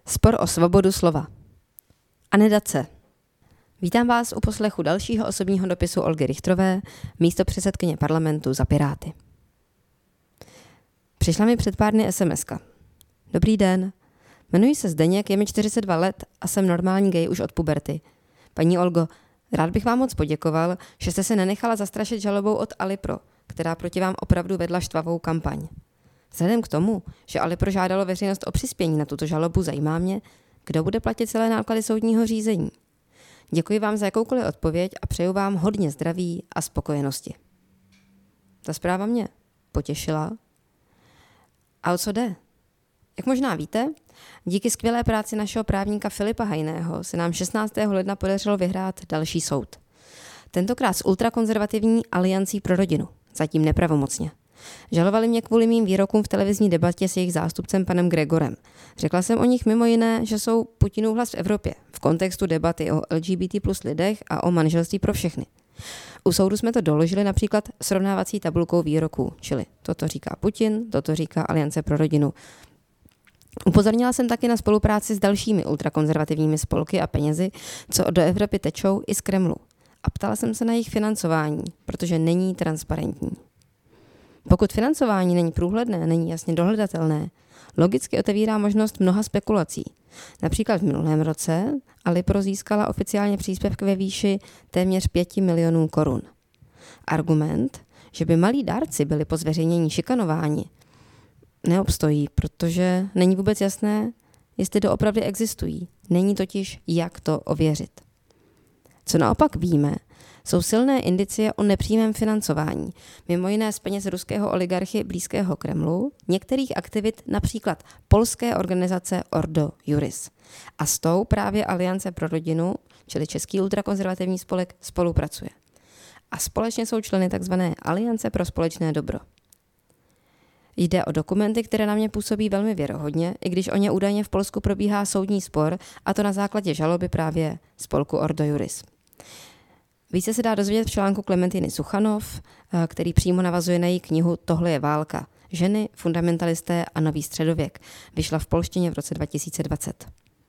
Spor o svobodu slova. Anedace. Vítám vás u poslechu dalšího osobního dopisu Olgy Richterové, místopředsedkyně parlamentu za Piráty. Přišla mi před pár dny SMS-ka. Dobrý den, jmenuji se Zdeněk, je mi 42 let a jsem normální gay už od puberty. Paní Olgo, rád bych vám moc poděkoval, že jste se nenechala zastrašit žalobou od Alipro, která proti vám opravdu vedla štvavou kampaň. Vzhledem k tomu, že Alipro žádalo veřejnost o přispění na tuto žalobu, zajímá mě, kdo bude platit celé náklady soudního řízení. Děkuji vám za jakoukoliv odpověď a přeju vám hodně zdraví a spokojenosti. Ta zpráva mě potěšila. A o co jde? Jak možná víte, díky skvělé práci našeho právníka Filipa Hajného se nám 16. ledna podařilo vyhrát další soud. Tentokrát s ultrakonzervativní aliancí pro rodinu, zatím nepravomocně. Žalovali mě kvůli mým výrokům v televizní debatě s jejich zástupcem panem Gregorem. Řekla jsem o nich mimo jiné, že jsou Putinův hlas v Evropě v kontextu debaty o LGBT plus lidech a o manželství pro všechny. U soudu jsme to doložili například srovnávací tabulkou výroků, čili toto říká Putin, toto říká Aliance pro rodinu. Upozornila jsem taky na spolupráci s dalšími ultrakonzervativními spolky a penězi, co do Evropy tečou i z Kremlu. A ptala jsem se na jejich financování, protože není transparentní. Pokud financování není průhledné, není jasně dohledatelné, logicky otevírá možnost mnoha spekulací. Například v minulém roce Alipro získala oficiálně příspěvky ve výši téměř 5 milionů korun. Argument, že by malí dárci byli po zveřejnění šikanováni, neobstojí, protože není vůbec jasné, jestli doopravdy existují. Není totiž, jak to ověřit. Co naopak víme, jsou silné indicie o nepřímém financování, mimo jiné z peněz ruského oligarchy blízkého Kremlu, některých aktivit například polské organizace Ordo Juris. A s tou právě Aliance pro rodinu, čili český ultrakonzervativní spolek, spolupracuje. A společně jsou členy tzv. Aliance pro společné dobro. Jde o dokumenty, které na mě působí velmi věrohodně, i když o ně údajně v Polsku probíhá soudní spor, a to na základě žaloby právě spolku Ordo Juris. Více se dá dozvědět v článku Klementiny Suchanov, který přímo navazuje na její knihu Tohle je válka. Ženy, fundamentalisté a nový středověk. Vyšla v polštině v roce 2020.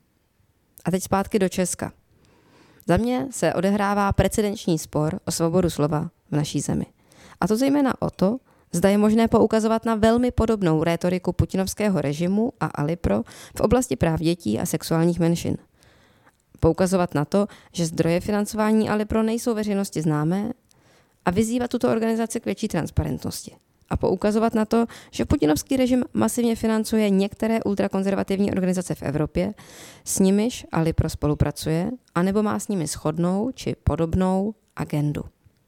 A teď zpátky do Česka. Za mě se odehrává precedenční spor o svobodu slova v naší zemi. A to zejména o to, zda je možné poukazovat na velmi podobnou rétoriku putinovského režimu a Alipro v oblasti práv dětí a sexuálních menšin. Poukazovat na to, že zdroje financování Alipro nejsou veřejnosti známé a vyzývat tuto organizaci k větší transparentnosti. A poukazovat na to, že putinovský režim masivně financuje některé ultrakonzervativní organizace v Evropě, s nimiž Alipro spolupracuje, anebo má s nimi shodnou či podobnou agendu.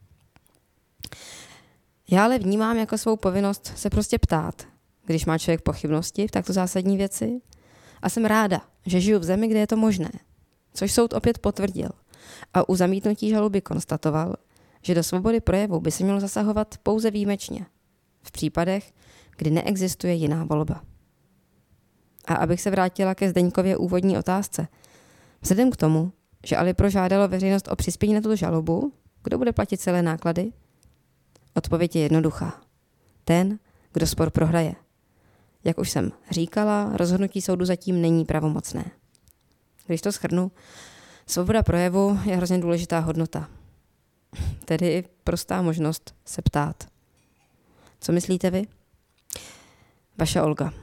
Já ale vnímám jako svou povinnost se prostě ptát, když má člověk pochybnosti v takto zásadní věci, a jsem ráda, že žiju v zemi, kde je to možné. Což soud opět potvrdil a u zamítnutí žaloby konstatoval, že do svobody projevu by se mělo zasahovat pouze výjimečně, v případech, kdy neexistuje jiná volba. A abych se vrátila ke Zdeňkově úvodní otázce, vzhledem k tomu, že Alipro žádalo veřejnost o přispění na tuto žalobu, kdo bude platit celé náklady? Odpověď je jednoduchá. Ten, kdo spor prohraje. Jak už jsem říkala, rozhodnutí soudu zatím není pravomocné. Když to shrnu, svoboda projevu je hrozně důležitá hodnota. Tedy i prostá možnost se ptát. Co myslíte vy? Vaše Olga.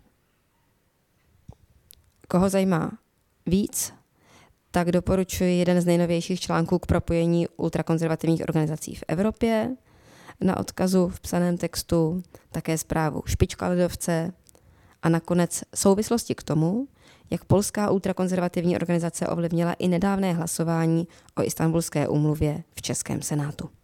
Koho zajímá víc, tak doporučuji jeden z nejnovějších článků k propojení ultrakonzervativních organizací v Evropě. Na odkazu v psaném textu také zprávu Špička ledovce a nakonec souvislosti k tomu, jak polská ultrakonzervativní organizace ovlivnila i nedávné hlasování o Istanbulské úmluvě v českém senátu.